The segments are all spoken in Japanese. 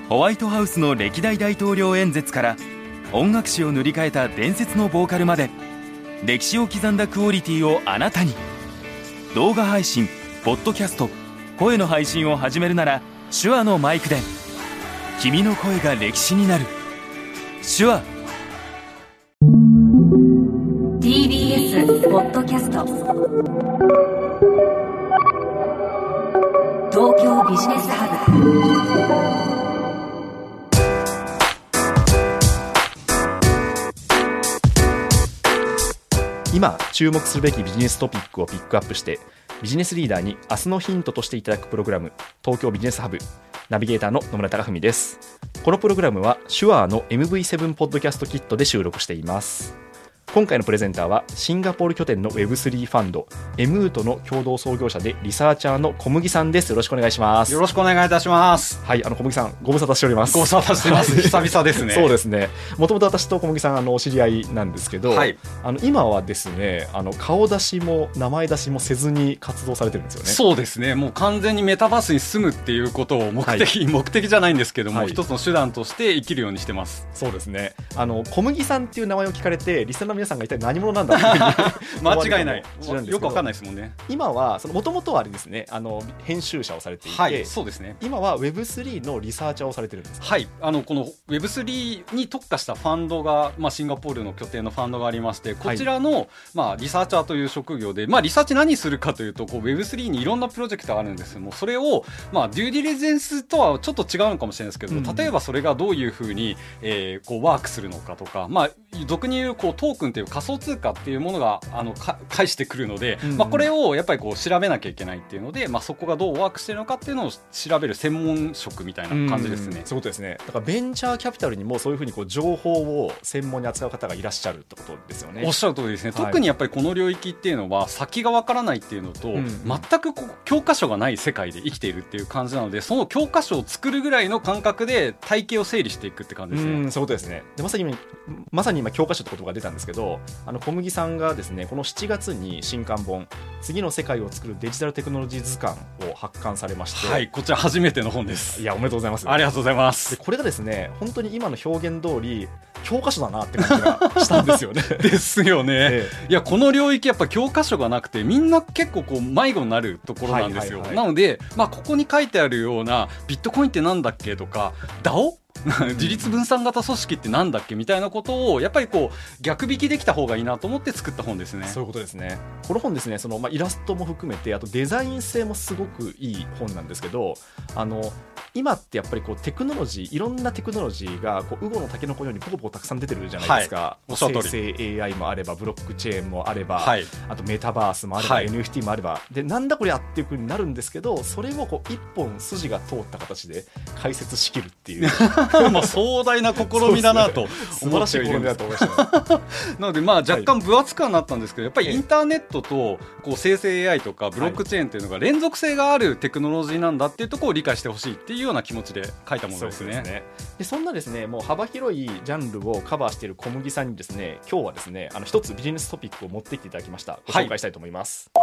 ホワイトハウスの歴代大統領演説から音楽史を塗り替えた伝説のボーカルまで、歴史を刻んだクオリティをあなたに。動画配信、ポッドキャスト、声の配信を始めるなら手話のマイクで。君の声が歴史になる。手話。 TBS ポッドキャスト、東京ビジネスハブ。 今注目するべきビジネストピックをピックアップしてビジネスリーダーに明日のヒントとしていただくプログラム、東京ビジネスハブ。ナビゲーターの野村貴文です。このプログラムは手話の MV7 ポッドキャストキットで収録しています。今回のプレゼンターはシンガポール拠点の Web3 ファンドエムートの共同創業者でリサーチャーの小麦さんです。よろしくお願いします。 よろしくお願いいたします。 はい、小麦さんご無沙汰しております。 ご無沙汰してます久々ですね。 そうですね。もともと私と小麦さんお知り合いなんですけど、 はい、 今はですね顔出しも名前出しもせずに活動されてるんですよね。 そうですね。もう完全にメタバースに住むっていうことを目的じゃないんですけども、一つの手段として生きるようにしてます。 そうですね。小麦さんっていう名前を聞かれてリスナーの皆さんが一体何者なんだって間違いない。よくわかんないですもんね。 今はもともとはあれですね、編集者をされていて、 はい、そうですね。 今は Web3 のリサーチャーをされてるんですか。 はい、この Web3 に特化したファンドが、シンガポールの拠点のファンドがありまして、こちらの、リサーチャーという職業で、リサーチ何するかというとWeb3 にいろんなプロジェクトがあるんですけども、それを、デューディリジェンスとはちょっと違うのかもしれないですけど、例えばそれがどういうふうに、ワークするのかとか、俗に言うトークンという仮想通貨っていうものが返してくるので、これをやっぱり調べなきゃいけないっていうので、そこがどうワークしてるのかっていうのを調べる専門職みたいな感じですね。 そういうことですね。だからベンチャーキャピタルにもそういうふうに情報を専門に扱う方がいらっしゃるってことですよね。 おっしゃる通りですね。特にやっぱりこの領域っていうのは先がわからないっていうのと、全くま教科書がない世界で生きているっていう感じなので、その教科書を作るぐらいの感覚で体系を整理していくって感じですね。 そういうことですね。でまさに今教科書って言葉が出たんですけど、小麦さんがですね、この7月に新刊本次の世界を作るデジタルテクノロジー図鑑を発刊されまして、 はい、こちら初めての本です。 いや、おめでとうございます。 ありがとうございます。 でこれがですね、本当に今の表現通り教科書だなって感じがしたんですよね。 ですよね、いや、この領域やっぱ教科書がなくてみんな結構迷子になるところなんですよ。なので、ここに書いてあるようなビットコインってなんだっけとか DAO自立分散型組織ってなんだっけみたいなことをやっぱり逆引きできた方がいいなと思って作った本ですね。 そういうことですね。この本ですね、イラストも含めてあとデザイン性もすごくいい本なんですけど、今ってやっぱりテクノロジー、いろんなテクノロジーがウゴのタケノコのようにポコポコたくさん出てるじゃないですか。生成 AI もあればブロックチェーンもあれば、あとメタバースもあれば、NFT もあればで、なんだこれやっていう風になるんですけど、それを一本筋が通った形で解説しきるっていう壮大な試みだなと素晴らしい試みだと思いました、ね、 なので若干分厚くはなったんですけど、やっぱりインターネットと生成 AI とかブロックチェーンっていうのが連続性があるテクノロジーなんだっていうところを理解してほしいっていうような気持ちで書いたものですね。 そんなですね、もう幅広いジャンルをカバーしている小麦さんにですね、今日はですね一つビジネストピックを持ってきていただきました。ご紹介したいと思います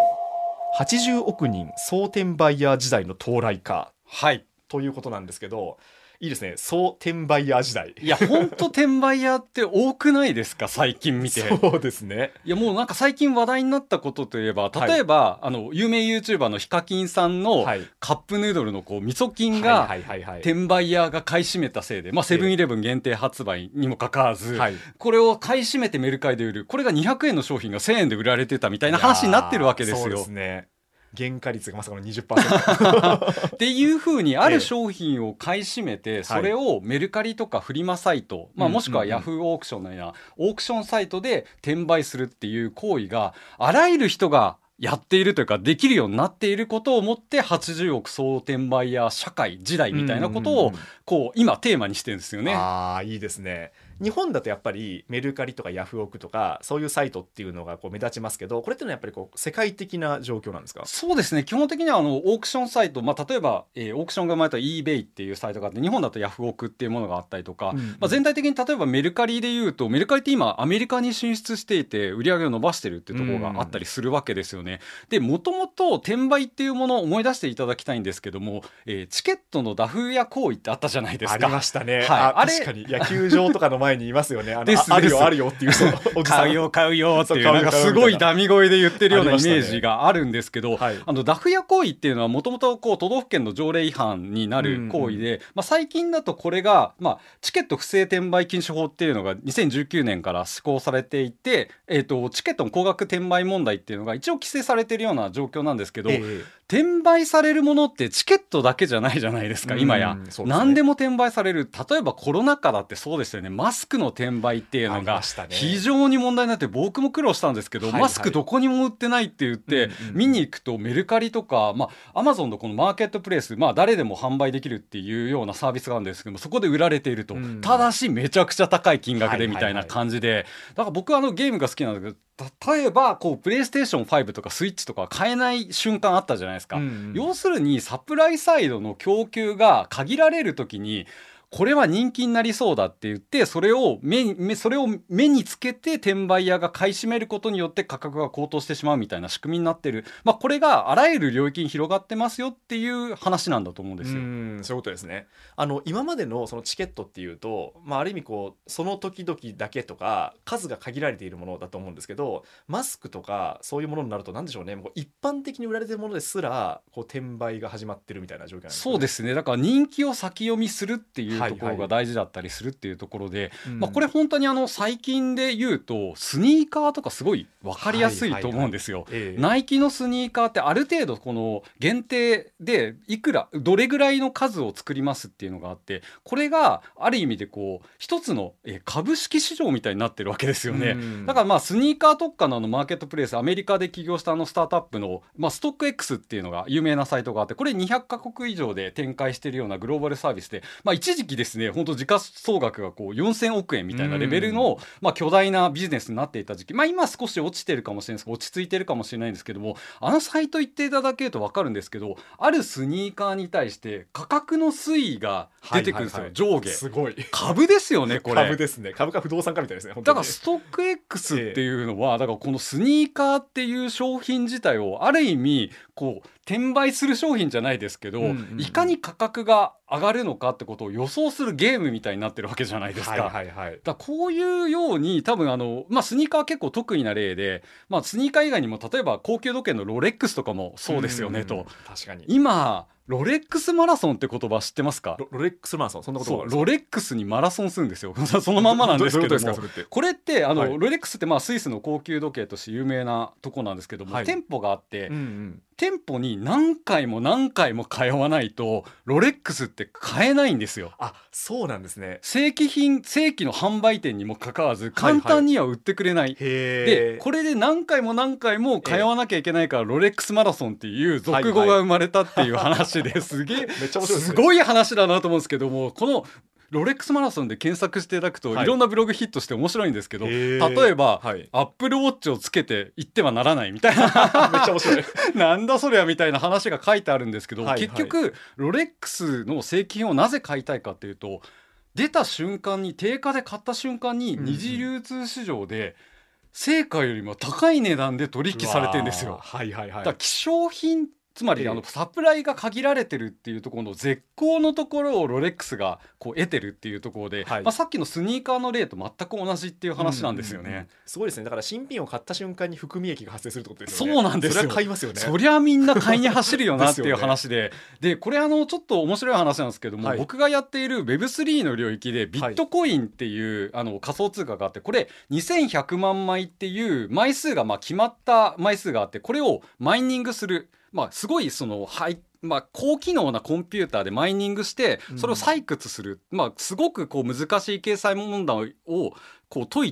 、80億人総転売ヤー時代の到来か、ということなんですけど、いいですね、総転売ヤー時代。 いや、本当転売ヤーって多くないですか、最近見て。 そうですね。 いや、もう最近話題になったことといえば、例えば、有名 YouTuber のヒカキンさんのカップヌードルの味噌菌が転売ヤーが買い占めたせいで、セブンイレブン限定発売にもかかわらず、これを買い占めてメルカリで売る、これが200円の商品が1000円で売られてたみたいな話になってるわけですよ。 そうですね。原価率がまさかの 20% っていう風にある商品を買い占めて、それをメルカリとかフリマサイト、もしくはヤフーオークションのようなオークションサイトで転売するっていう行為があらゆる人がやっているというかできるようになっていることをもって、80億総転売ヤー社会時代みたいなことを今テーマにしてるんですよね。 いいですね。 日本だとやっぱりメルカリとかヤフオクとかそういうサイトっていうのがこう目立ちますけど、これってのはやっぱりこう世界的な状況なんですか？ そうですね、基本的にはオークションサイト、例えば、オークションが生まれた eBay っていうサイトがあって、日本だとヤフオクっていうものがあったりとか、全体的に例えばメルカリでいうと、メルカリって今アメリカに進出していて売り上げを伸ばしてるっていうところがあったりするわけですよね。で、もともと転売っていうものを思い出していただきたいんですけども、チケットのダフ屋行為ってあったじゃないですか。 ありましたね、 あれ確かに野球場とかの前にいますよねですあるよあるよっていう人おじさん買うよ買うよっていう、 そうなんかすごいダミ声で言ってるようなイメージががあるんですけど、 はいダフ屋行為っていうのはもともと都道府県の条例違反になる行為で、最近だとこれが、チケット不正転売禁止法っていうのが2019年から施行されていて、チケットの高額転売問題っていうのが一応規制されているような状況なんですけど、転売されるものってチケットだけじゃないじゃないですか、今や、 そうですね、 何でも転売される。例えばコロナ禍だってそうでしたよね。マスクの転売っていうのが非常に問題になって、僕も苦労したんですけど、マスクどこにも売ってないって言って、見に行くとメルカリとか、アマゾンのこのマーケットプレイス、誰でも販売できるっていうようなサービスがあるんですけども、そこで売られていると、ただしめちゃくちゃ高い金額でみたいな感じで、だから僕はゲームが好きなんだけど、例えばプレイステーション5とかスイッチとか買えない瞬間あったじゃないですか、要するにサプライサイドの供給が限られる時に、これは人気になりそうだって言って、それを目につけて転売屋が買い占めることによって価格が高騰してしまうみたいな仕組みになってる、これがあらゆる領域に広がってますよっていう話なんだと思うんですよ。 そういうことですね。今までのそのチケットっていうと、ある意味その時々だけとか数が限られているものだと思うんですけど、マスクとかそういうものになると何でしょうね、もう一般的に売られているものですら転売が始まってるみたいな状況なんですね。 そうですね。だから人気を先読みするっていうところが大事だったりするっていうところで、これ本当に最近で言うとスニーカーとかすごい分かりやすいと思うんですよ。ナイキのスニーカーってある程度この限定でどれぐらいの数を作りますっていうのがあって、これがある意味で一つの株式市場みたいになってるわけですよね。だからスニーカー特化のマーケットプレイス、アメリカで起業したスタートアップの、ストック X っていうのが有名なサイトがあって、これ200カ国以上で展開しているようなグローバルサービスで、一時期ですね、本当時価総額が4000億円みたいなレベルの、巨大なビジネスになっていた時期、今少し落ちてるかもしれないですけど、落ち着いてるかもしれないんですけども、サイト行っていただけると分かるんですけど、あるスニーカーに対して価格の推移が出てくるんですよ、上下。 すごい株ですよね、これ。 株ですね。株か不動産かみたいですね、本当に。 だからストック X っていうのは、だからこのスニーカーっていう商品自体をある意味転売する商品じゃないですけど、いかに価格が上がるのかってことを予想するゲームみたいになってるわけじゃないですか。だからこういうように多分スニーカーは結構得意な例で、スニーカー以外にも例えば高級時計のロレックスとかもそうですよねと。 確かに今ロレックスマラソンって言葉知ってますか？ ロレックスマラソン、そんなことがあるんですか？ ロレックスにマラソンするんですよそのまんまなんですけども、これってロレックスってスイスの高級時計として有名なとこなんですけども、店舗があって、店舗に何回も何回も通わないとロレックスって買えないんですよ。 あ、そうなんですね。 正規の販売店にもかかわらず簡単には売ってくれない、でこれで何回も何回も通わなきゃいけないから、ロレックスマラソンっていう俗語が生まれたっていう話ですげえめっちゃ面白いですね。 すごい話だなと思うんですけども、このロレックスマラソンで検索していただくと、いろんなブログヒットして面白いんですけど、例えば、アップルウォッチをつけて行ってはならないみたいなめっちゃ面白いなんだそりゃみたいな話が書いてあるんですけど、結局ロレックスの正規品をなぜ買いたいかっていうと、出た瞬間に定価で買った瞬間に二次流通市場で正価よりも高い値段で取引されてるんですよ。だから希少品、つまりサプライが限られてるっていうところの絶好のところをロレックスが得てるっていうところで、さっきのスニーカーの例と全く同じっていう話なんですよね。 すごいですね。だから新品を買った瞬間に含み益が発生するってことですよね。 そうなんですよ。 それは買いますよね。 そりゃみんな買いに走るよなっていう話ででこれちょっと面白い話なんですけども、僕がやっている Web3 の領域でビットコインっていう仮想通貨があって、これ2100万枚っていう枚数が決まった枚数があって、これをマイニングする、すごい高機能なコンピューターでマイニングしてそれを採掘する、すごく難しい計算問題を解いて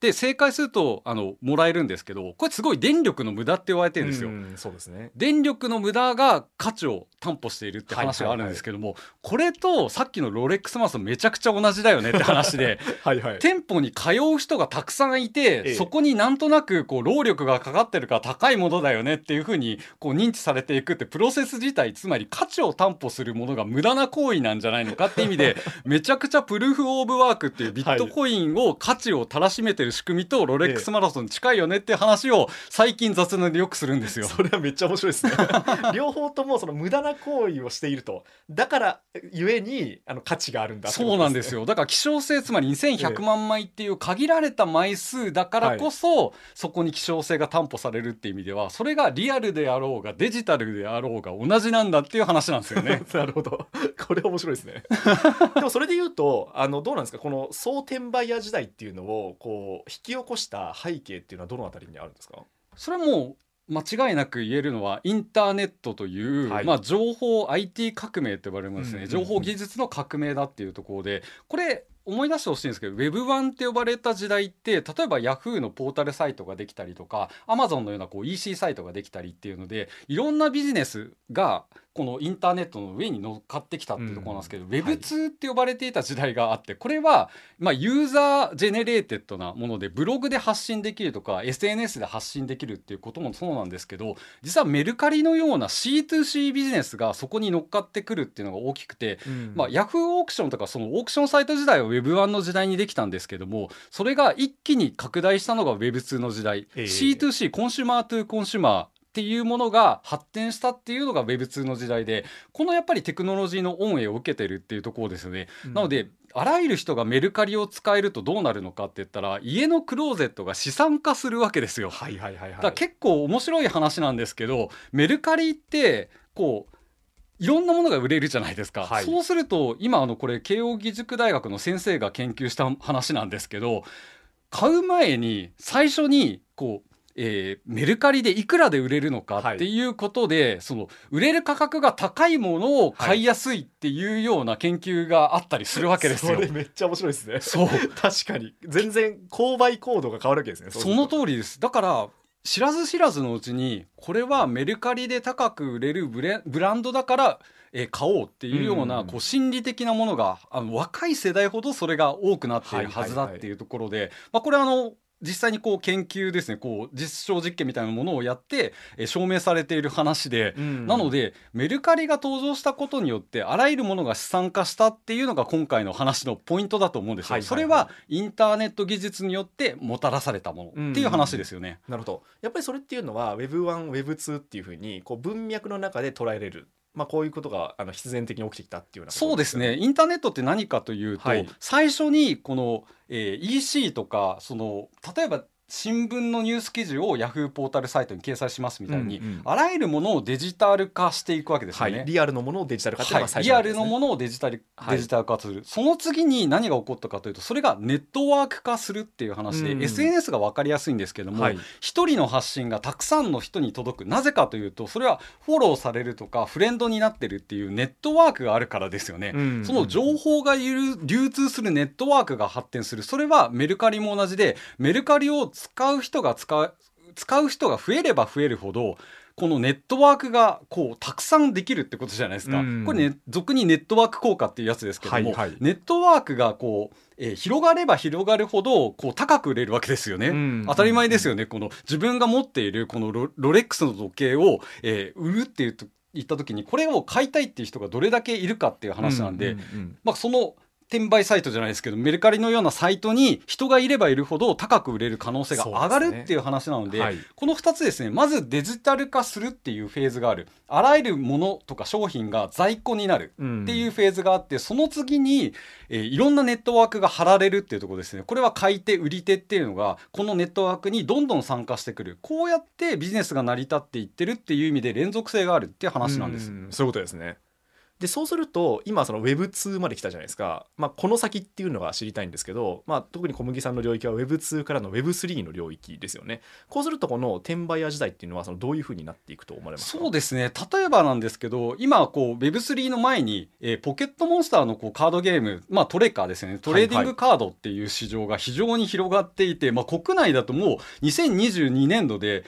で正解するともらえるんですけど、これすごい電力の無駄って言われてるんですよ。 そうですね。 電力の無駄が価値を担保しているって話があるんですけども、これとさっきのロレックスマラソンめちゃくちゃ同じだよねって話ではいはい。 店舗に通う人がたくさんいて、そこになんとなくこう労力がかかってるから高いものだよねっていうふうにこう認知されていくってプロセス自体、つまり価値を担保するものが無駄な行為なんじゃないのかって意味でめちゃくちゃプルーフ・オブ・ワークっていうビットコインを価値をたらしめてる仕組みとロレックスマラソン近いよねっていう話を最近雑談でよくするんですよ。 それはめっちゃ面白いですね両方ともその無駄な行為をしていると、だからゆえに価値があるんだってことですね。 そうなんですよ。だから希少性、つまり2100万枚っていう限られた枚数だからこそ、そこに希少性が担保されるっていう意味では、それがリアルであろうがデジタルであろうが同じなんだっていう話なんですよねなるほど、これ面白いですねでもそれで言うとどうなんですか、この総転売屋時代っていうのをこう引き起こした背景っていうのはどのあたりにあるんですか？ それはもう間違いなく言えるのはインターネットという、情報 IT 革命と呼ばれますね、情報技術の革命だっていうところで、これ思い出してほしいんですけど、 Web1 って呼ばれた時代って、例えば Yahoo のポータルサイトができたりとか Amazon のようなこう EC サイトができたりっていうので、いろんなビジネスがこのインターネットの上に乗っかってきたっていうところなんですけど、Web2 って呼ばれていた時代があって、これはユーザージェネレーテッドなもので、ブログで発信できるとか SNS で発信できるっていうこともそうなんですけど、実はメルカリのような C2C ビジネスがそこに乗っかってくるっていうのが大きくて、Yahoo オークションとかそのオークションサイト時代は Web1 の時代にできたんですけども、それが一気に拡大したのが Web2 の時代、C2C コンシュマートゥコンシュマーっていうものが発展したっていうのが Web2 の時代で、このやっぱりテクノロジーの恩恵を受けてるっていうところですよね。なのであらゆる人がメルカリを使えるとどうなるのかって言ったら、家のクローゼットが資産化するわけですよ。だから結構面白い話なんですけど、メルカリってこういろんなものが売れるじゃないですか、そうすると今これ慶應義塾大学の先生が研究した話なんですけど、買う前に最初にこうメルカリでいくらで売れるのかっていうことで、その売れる価格が高いものを買いやすいっていうような研究があったりするわけですよ。 それめっちゃ面白いですね。 そう確かに全然購買行動が変わるわけですね。 その通りです。だから知らず知らずのうちに、これはメルカリで高く売れるブランドだから買おうっていうようなこう心理的なものが若い世代ほどそれが多くなっているはずだっていうところで、これ実際にこう研究ですね、こう実証実験みたいなものをやって証明されている話で、なのでメルカリが登場したことによってあらゆるものが資産化したっていうのが今回の話のポイントだと思うんですよ。それはインターネット技術によってもたらされたものっていう話ですよね。 なるほど。やっぱりそれっていうのは Web1、Web2 っていうふうにこう文脈の中で捉えれる、こういうことが必然的に起きてきたっていうようなことそうですね。インターネットって何かというと、最初にこの、EC とか例えば新聞のニュース記事を Yahoo ポータルサイトに掲載しますみたいに、あらゆるものをデジタル化していくわけですよね。 リアルのものをデジタル化っていうのが最初リアルのものをデジタル化する。その次に何が起こったかというと、それがネットワーク化するっていう話で、SNS が分かりやすいんですけども、一人の発信がたくさんの人に届く。なぜかというと、それはフォローされるとかフレンドになってるっていうネットワークがあるからですよね。その情報が流通するネットワークが発展する。それはメルカリも同じで、メルカリを使う人が増えれば増えるほど、このネットワークがこうたくさんできるってことじゃないですか。これね、俗にネットワーク効果っていうやつですけども、ネットワークがこう、広がれば広がるほどこう高く売れるわけですよね。当たり前ですよね。この自分が持っているこのロレックスの時計を、売るっていうと言った時に、これを買いたいっていう人がどれだけいるかっていう話なんで、その転売サイトじゃないですけど、メルカリのようなサイトに人がいればいるほど高く売れる可能性が上がるっていう話なので、この2つですね、まずデジタル化するっていうフェーズがある。あらゆるものとか商品が在庫になるっていうフェーズがあって、その次に、いろんなネットワークが張られるっていうところですね。これは買い手売り手っていうのがこのネットワークにどんどん参加してくる。こうやってビジネスが成り立っていってるっていう意味で連続性があるっていう話なんです。 そういうことですね。 でそうすると今その Web2 まで来たじゃないですか、この先っていうのが知りたいんですけど、特に小麦さんの領域は Web2 からの Web3 の領域ですよね。こうするとこの転売ヤ時代っていうのはそのどういうふうになっていくと思われますか？ そうですね、例えばなんですけど今こう Web3 の前に、ポケットモンスターのこうカードゲーム、トレカですよね、トレーディングカードっていう市場が非常に広がっていて、国内だともう2022年度で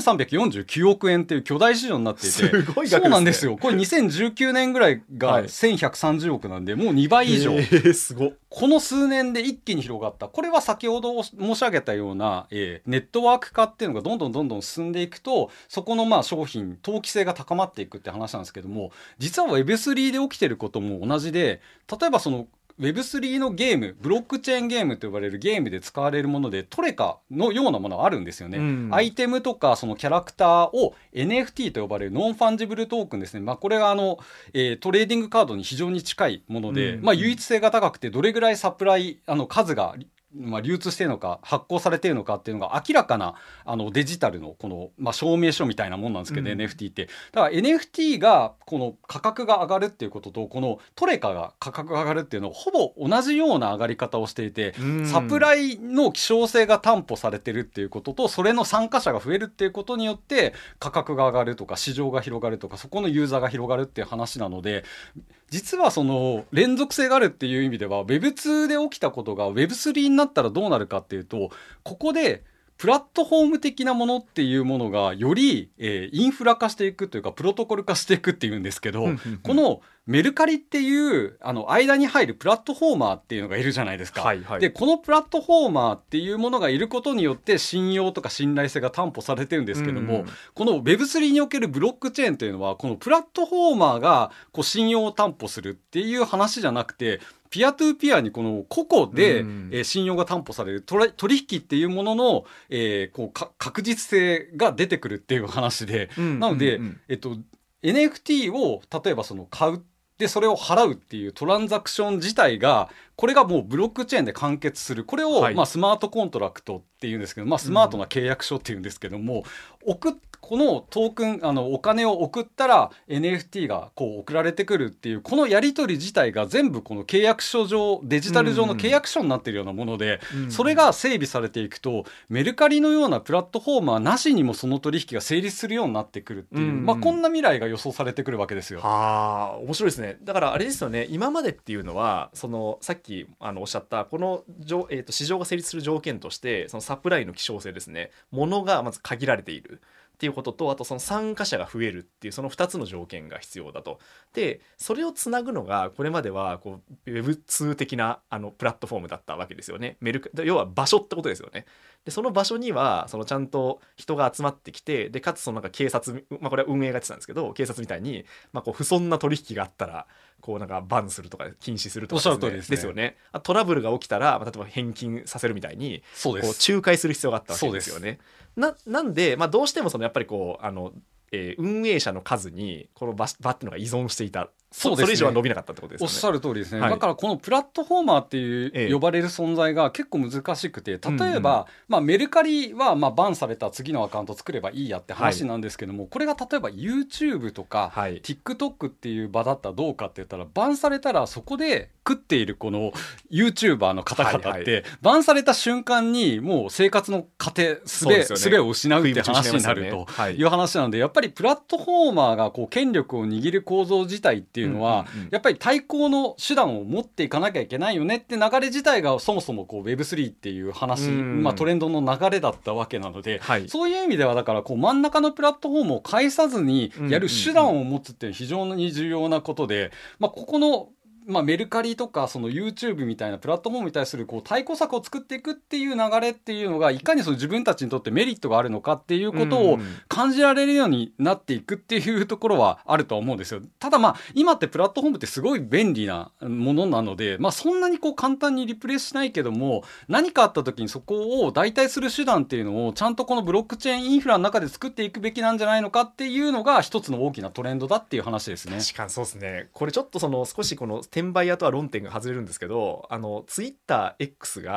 2349億円っていう巨大市場になっていて、 すごい額ですね。 そうなんですよ。これ2019年ぐらいが1130億なんで、もう2倍以上、 すごっ。 この数年で一気に広がった。これは先ほど申し上げたような、ネットワーク化っていうのがどんどん進んでいくと、そこの商品投機性が高まっていくって話なんですけども、実は Web3 で起きてることも同じで、例えばそのWeb3 のゲーム、ブロックチェーンゲームと呼ばれるゲームで使われるものでトレカのようなものがあるんですよね、アイテムとかそのキャラクターを NFT と呼ばれるノンファンジブルトークンですね、これがトレーディングカードに非常に近いもので、唯一性が高くて、どれぐらいサプライ数が流通しているのか発行されているのかっていうのが明らかなデジタルのこの、証明書みたいなもんなんですけど、NFT ってだから NFT がこの価格が上がるっていうことと、このトレカが価格が上がるっていうのはほぼ同じような上がり方をしていて、サプライの希少性が担保されてるっていうことと、それの参加者が増えるっていうことによって価格が上がるとか市場が広がるとか、そこのユーザーが広がるっていう話なので、実はその連続性があるっていう意味では Web2 で起きたことが Web3 になったらどうなるかっていうと、ここでプラットフォーム的なものっていうものがより、インフラ化していくというかプロトコル化していくっていうんですけど、このメルカリっていう間に入るプラットフォーマーっていうのがいるじゃないですか、でこのプラットフォーマーっていうものがいることによって信用とか信頼性が担保されてるんですけども、この Web3 におけるブロックチェーンというのはこのプラットフォーマーがこう信用を担保するっていう話じゃなくて、ピアトゥーピアにこの個々で、信用が担保される取引っていうものの、こう確実性が出てくるっていう話で、なので、NFT を例えばその買うでそれを払うっていうトランザクション自体が、これがもうブロックチェーンで完結する、これを、スマートコントラクトっていうんですけど、スマートな契約書っていうんですけども、このトークンお金を送ったら NFT がこう送られてくるっていう、このやり取り自体が全部この契約書上、デジタル上の契約書になっているようなもので、それが整備されていくとメルカリのようなプラットフォーマーなしにもその取引が成立するようになってくるっていう、こんな未来が予想されてくるわけですよ。 面白いですね。だからあれですよね、今までっていうのはそのさっきおっしゃったこの、市場が成立する条件としてそのサプライの希少性ですね、ものがまず限られているっていうことと、あとその参加者が増えるっていうその2つの条件が必要だと。でそれをつなぐのがこれまではこう Web2 的なプラットフォームだったわけですよね。要は場所ってことですよね。でその場所にはそのちゃんと人が集まってきて、でかつそのなんか警察、これは運営がやってたんですけど、警察みたいに、こう不遜な取引があったらこうなんかバンするとか禁止するとかおっしゃる通りですね。 ですよね。トラブルが起きたら、例えば返金させるみたいにそうです、 こう仲介する必要があったわけですよね。なんで、どうしてもそのやっぱりこう運営者の数にこの場っていうのが依存していた。 そうですね、 それ以上は伸びなかったってことですよね。 おっしゃる通りですね、だからこのプラットフォーマーっていう呼ばれる存在が結構難しくて、例えば、メルカリはバンされた次のアカウント作ればいいやって話なんですけども、これが例えば YouTube とか、TikTok っていう場だったらどうかって言ったら、バンされたらそこで食っているこの YouTuber の方々って、バンされた瞬間にもう生活の糧すべを失うって話になるという話なので、やっぱりプラットフォーマーがこう権力を握る構造自体っていうのは、やっぱり対抗の手段を持っていかなきゃいけないよねって流れ自体がそもそもこう Web3 っていう話、トレンドの流れだったわけなので、そういう意味ではだからこう真ん中のプラットフォームを介さずにやる手段を持つっていう非常に重要なことで、ここのメルカリとかその YouTube みたいなプラットフォームに対するこう対抗策を作っていくっていう流れっていうのが、いかにその自分たちにとってメリットがあるのかっていうことを感じられるようになっていくっていうところはあるとは思うんですよ。ただ今ってプラットフォームってすごい便利なものなので、そんなにこう簡単にリプレイしないけども、何かあった時にそこを代替する手段っていうのをちゃんとこのブロックチェーンインフラの中で作っていくべきなんじゃないのかっていうのが一つの大きなトレンドだっていう話ですね。 確かにそうですね。これちょっと少しこの転売屋とは論点が外れるんですけど、ツイッター X が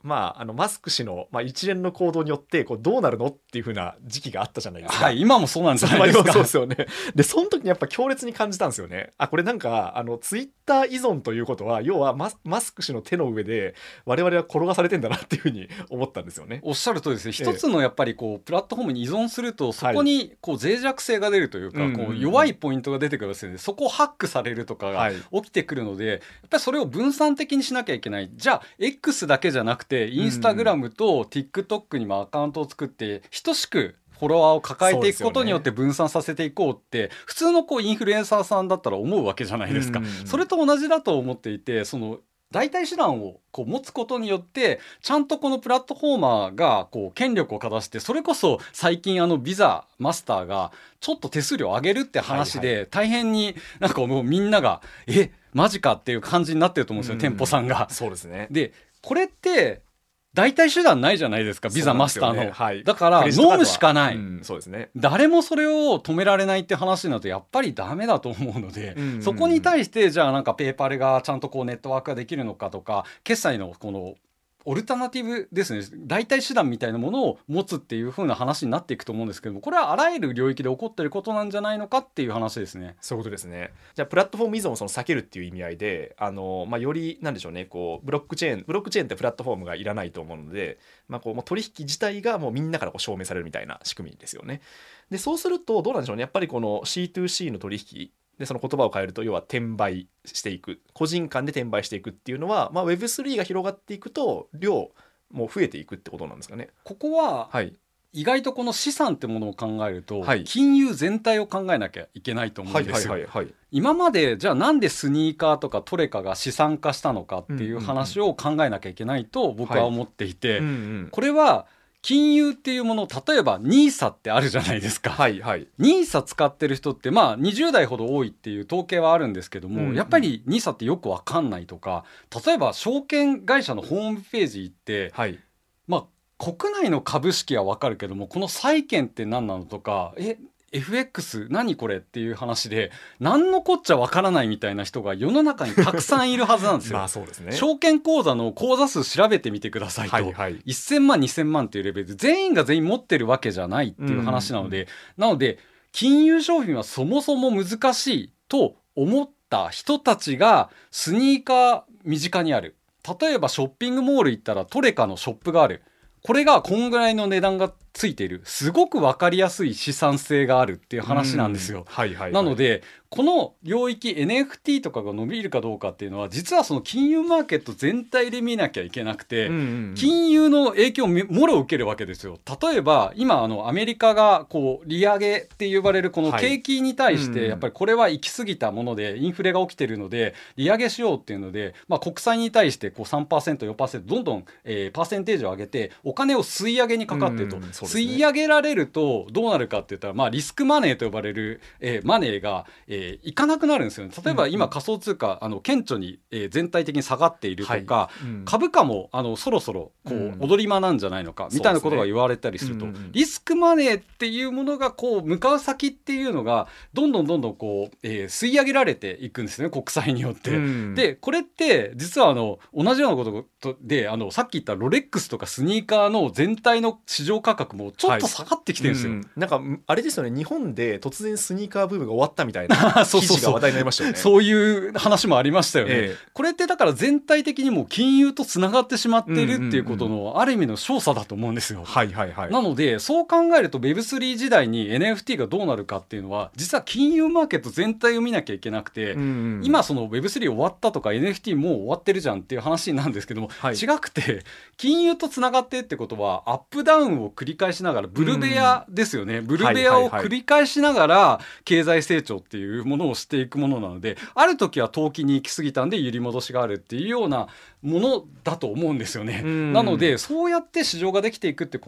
マスク氏の、一連の行動によってこうどうなるのっていう風な時期があったじゃないですか。 はい、今もそうなんじゃないですか。 そうですよね。でその時にやっぱ強烈に感じたんですよね。これなんかツイッター依存ということは要はマスク氏の手の上で我々は転がされてんだなっていう風に思ったんですよね。 おっしゃるとですね、一つのやっぱりこうプラットフォームに依存するとそこにこう脆弱性が出るというか、こう弱いポイントが出てくるんですよね。そこをハックされるとかが起きてくるので、やっぱりそれを分散的にしなきゃいけない。じゃあ X だけじゃなくてインスタグラムと TikTok にもアカウントを作って等しくフォロワーを抱えていくことによって分散させていこうって普通のこうインフルエンサーさんだったら思うわけじゃないですか。それと同じだと思っていて、その代替手段をこう持つことによってちゃんとこのプラットフォーマーがこう権力をかざして、それこそ最近ビザマスターがちょっと手数料上げるって話で大変になんかもうみんながマジかっていう感じになってると思うんですよ、店舗さんが。 そうですね。 でこれって代替手段ないじゃないですか、ビザマスターの、 はい、 だから飲むしかない、 そうですね。 誰もそれを止められないって話になるとやっぱりダメだと思うので、そこに対してじゃあなんかペーパルがちゃんとこうネットワークができるのかとか、決済のこのオルタナティブですね、代替手段みたいなものを持つっていう風な話になっていくと思うんですけども、これはあらゆる領域で起こっていることなんじゃないのかっていう話ですね。 そういうことですね。じゃあプラットフォーム依存を避けるっていう意味合いでよりなんでしょうね、こうブロックチェーンってプラットフォームがいらないと思うので、こう取引自体がもうみんなからこう証明されるみたいな仕組みですよね。でそうするとどうなんでしょうね、やっぱりこの C2C の取引でその言葉を変えると要は転売していく、個人間で転売していくっていうのは、Web3 が広がっていくと量もう増えていくってことなんですかね。 ここは、意外とこの資産ってものを考えると、 はい、 金融全体を考えなきゃいけないと思うんですよ。今までじゃあなんでスニーカーとかトレカが資産化したのかっていう話を考えなきゃいけないと僕は思っていて、これは金融っていうもの、例えば NISA ってあるじゃないですか。NISA 使ってる人って20代ほど多いっていう統計はあるんですけども、やっぱり NISA ってよく分かんないとか、例えば証券会社のホームページ行って、国内の株式は分かるけどもこの債券って何なのとか、FX 何これっていう話で何のこっちゃわからないみたいな人が世の中にたくさんいるはずなんですよ。 そうですね。 証券口座の口座数調べてみてくださいと、1000万2000万っていうレベルで全員が全員持ってるわけじゃないっていう話なので、金融商品はそもそも難しいと思った人たちがスニーカー身近にある。例えばショッピングモール行ったらトレカのショップがある。これがこんぐらいの値段がついている、すごく分かりやすい資産性があるっていう話なんですよ。なのでこの領域 NFT とかが伸びるかどうかっていうのは実はその金融マーケット全体で見なきゃいけなくて、金融の影響をもろ受けるわけですよ。例えば今アメリカがこう利上げって呼ばれるこの景気に対してやっぱりこれは行き過ぎたものでインフレが起きてるので利上げしようっていうので、国債に対してこう 3%4% どんどん、パーセンテージを上げてお金を吸い上げにかかってると、吸い上げられるとどうなるかって言ったら、リスクマネーと呼ばれる、マネーが、いかなくなるんですよね。例えば今仮想通貨顕著に、全体的に下がっているとか、株価もそろそろこう踊り場なんじゃないのかみたいなことが言われたりすると、リスクマネーっていうものがこう向かう先っていうのがどんどんこう、吸い上げられていくんですね、国債によって。でこれって実は同じようなことでさっき言ったロレックスとかスニーカーの全体の市場価格もちょっと下がってきてるんですよ。 なんかあれですよね、日本で突然スニーカーブームが終わったみたいな記事が話題になりましたよね。 そういう話もありましたよね。これってだから全体的にもう金融とつながってしまっているっていうことのある意味の証左だと思うんですよ。なのでそう考えると Web3 時代に NFT がどうなるかっていうのは実は金融マーケット全体を見なきゃいけなくて、今その Web3 終わったとか NFT もう終わってるじゃんっていう話なんですけども、違くて金融とつながってってことはアップダウンを繰り返しながらブルベアですよね、ブルベアを繰り返しながら経済成長っていうものをしていくものなので、ある時は投機に行き過ぎたんで揺り戻しがあるっていうようなものだと思うんですよね。なのでそうやって市場ができていくって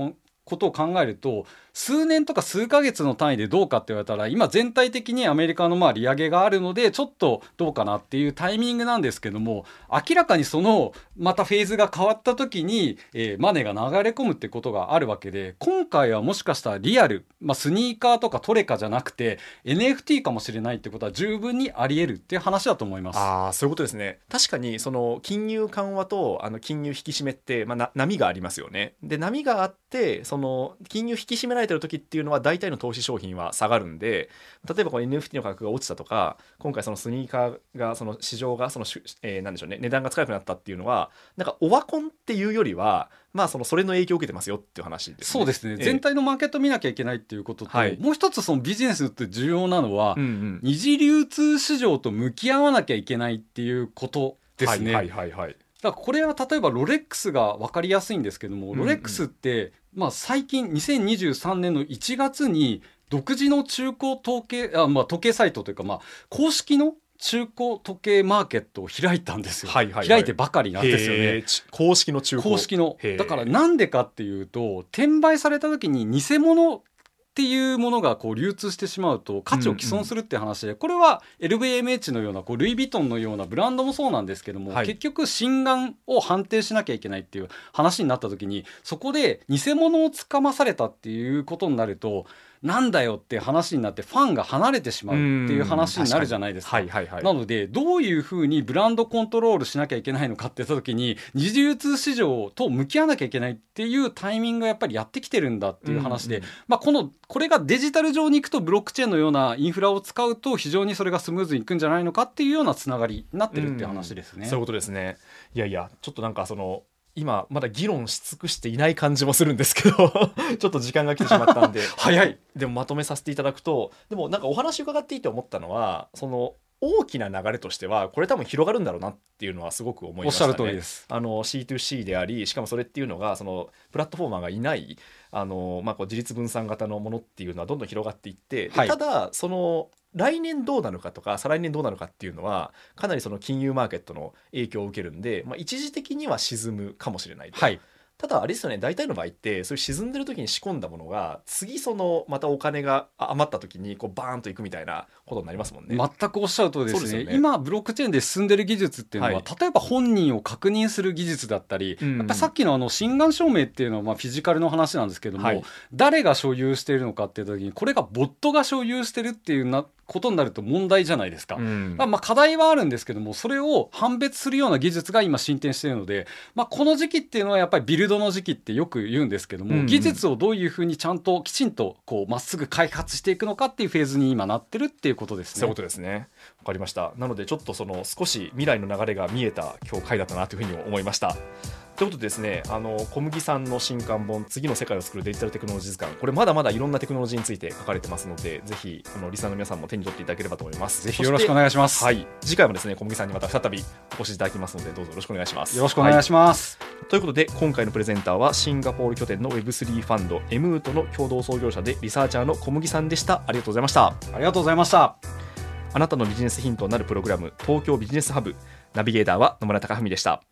ことを考えると数年とか数ヶ月の単位でどうかって言われたら今全体的にアメリカの利上げがあるのでちょっとどうかなっていうタイミングなんですけども、明らかにそのまたフェーズが変わった時に、マネーが流れ込むってことがあるわけで、今回はもしかしたらリアル、スニーカーとかトレカじゃなくて NFT かもしれないってことは十分にあり得るっていう話だと思います。 そういうことですね。確かにその金融緩和と金融引き締めって、波がありますよね。で波があってその金融引き締められてる時っていうのは大体の投資商品は下がるんで、例えばこの NFT の価格が落ちたとか、今回そのスニーカーがその市場がその、なんでしょうね、値段が高くなったっていうのはなんかオワコンっていうよりはそれの影響を受けてますよっていう話ですね。 そうですね、全体のマーケット見なきゃいけないっていうことと、もう一つそのビジネスって重要なのは、二次流通市場と向き合わなきゃいけないっていうことですね。だからこれは例えばロレックスが分かりやすいんですけども、ロレックスって、最近2023年の1月に独自の中古時計サイトというか、公式の中古時計マーケットを開いたんですよ。開いてばかりなんですよね。 公式の中古。 公式の。だからなんでかっていうと、転売された時に偽物っていうものが流通してしまうと価値を毀損するって話で、これは LVMH のようなルイ・ヴィトンのようなブランドもそうなんですけども、結局真贋を判定しなきゃいけないっていう話になった時に、そこで偽物をつかまされたっていうことになるとなんだよって話になってファンが離れてしまうっていう話になるじゃないですか。なのでどういうふうにブランドコントロールしなきゃいけないのかって言った時に、二次流通市場と向き合わなきゃいけないっていうタイミングがやっぱりやってきてるんだっていう話で、これがデジタル上に行くとブロックチェーンのようなインフラを使うと非常にそれがスムーズにいくんじゃないのかっていうようなつながりになってるっていう話ですね。 そういうことですね。いやいや、ちょっとなんか今まだ議論し尽くしていない感じもするんですけどちょっと時間が来てしまったんで早い。 でもまとめさせていただくと、でもなんかお話伺っていて思ったのは、その大きな流れとしてはこれ多分広がるんだろうなっていうのはすごく思いましたね。 おっしゃる通りです。 C2C であり、しかもそれっていうのがそのプラットフォーマーがいない自立分散型のものっていうのはどんどん広がっていって、ただその来年どうなるかとか再来年どうなるかっていうのはかなりその金融マーケットの影響を受けるんで、一時的には沈むかもしれないと。ただあれですよね、大体の場合ってそういう沈んでる時に仕込んだものが次そのまたお金が余った時にバーンといくみたいなことになりますもんね。 全くおっしゃる通りですね。今ブロックチェーンで進んでる技術っていうのは、例えば本人を確認する技術だったり、やっぱさっきの真贋証明っていうのはフィジカルの話なんですけども、誰が所有しているのかっていう時にこれがボットが所有してるっていうことになると問題じゃないですか。課題はあるんですけども、それを判別するような技術が今進展しているので、この時期っていうのはやっぱりビルドの時期ってよく言うんですけども、技術をどういうふうにちゃんときちんとまっすぐ開発していくのかっていうフェーズに今なってるっていうことですね。 そういうことですね。わかりました。なのでちょっと少し未来の流れが見えた今日回だったなというふうに思いました。ということでですね、小麦さんの新刊本、次の世界を作るデジタルテクノロジー図鑑、これまだまだいろんなテクノロジーについて書かれてますので、ぜひリスナーの皆さんも手に取っていただければと思います。 ぜひよろしくお願いします。 次回もですね、小麦さんにまた再びお越しいただきますので、どうぞよろしくお願いします。 よろしくお願いします。 ということで今回のプレゼンターはシンガポール拠点の Web3 ファンドエムートの共同創業者でリサーチャーの小麦さんでした。ありがとうございました。 ありがとうございました。 あなたのビジネスヒントになるプログラム、東京ビジネスハブ、ナビゲーターは野村貴文でした。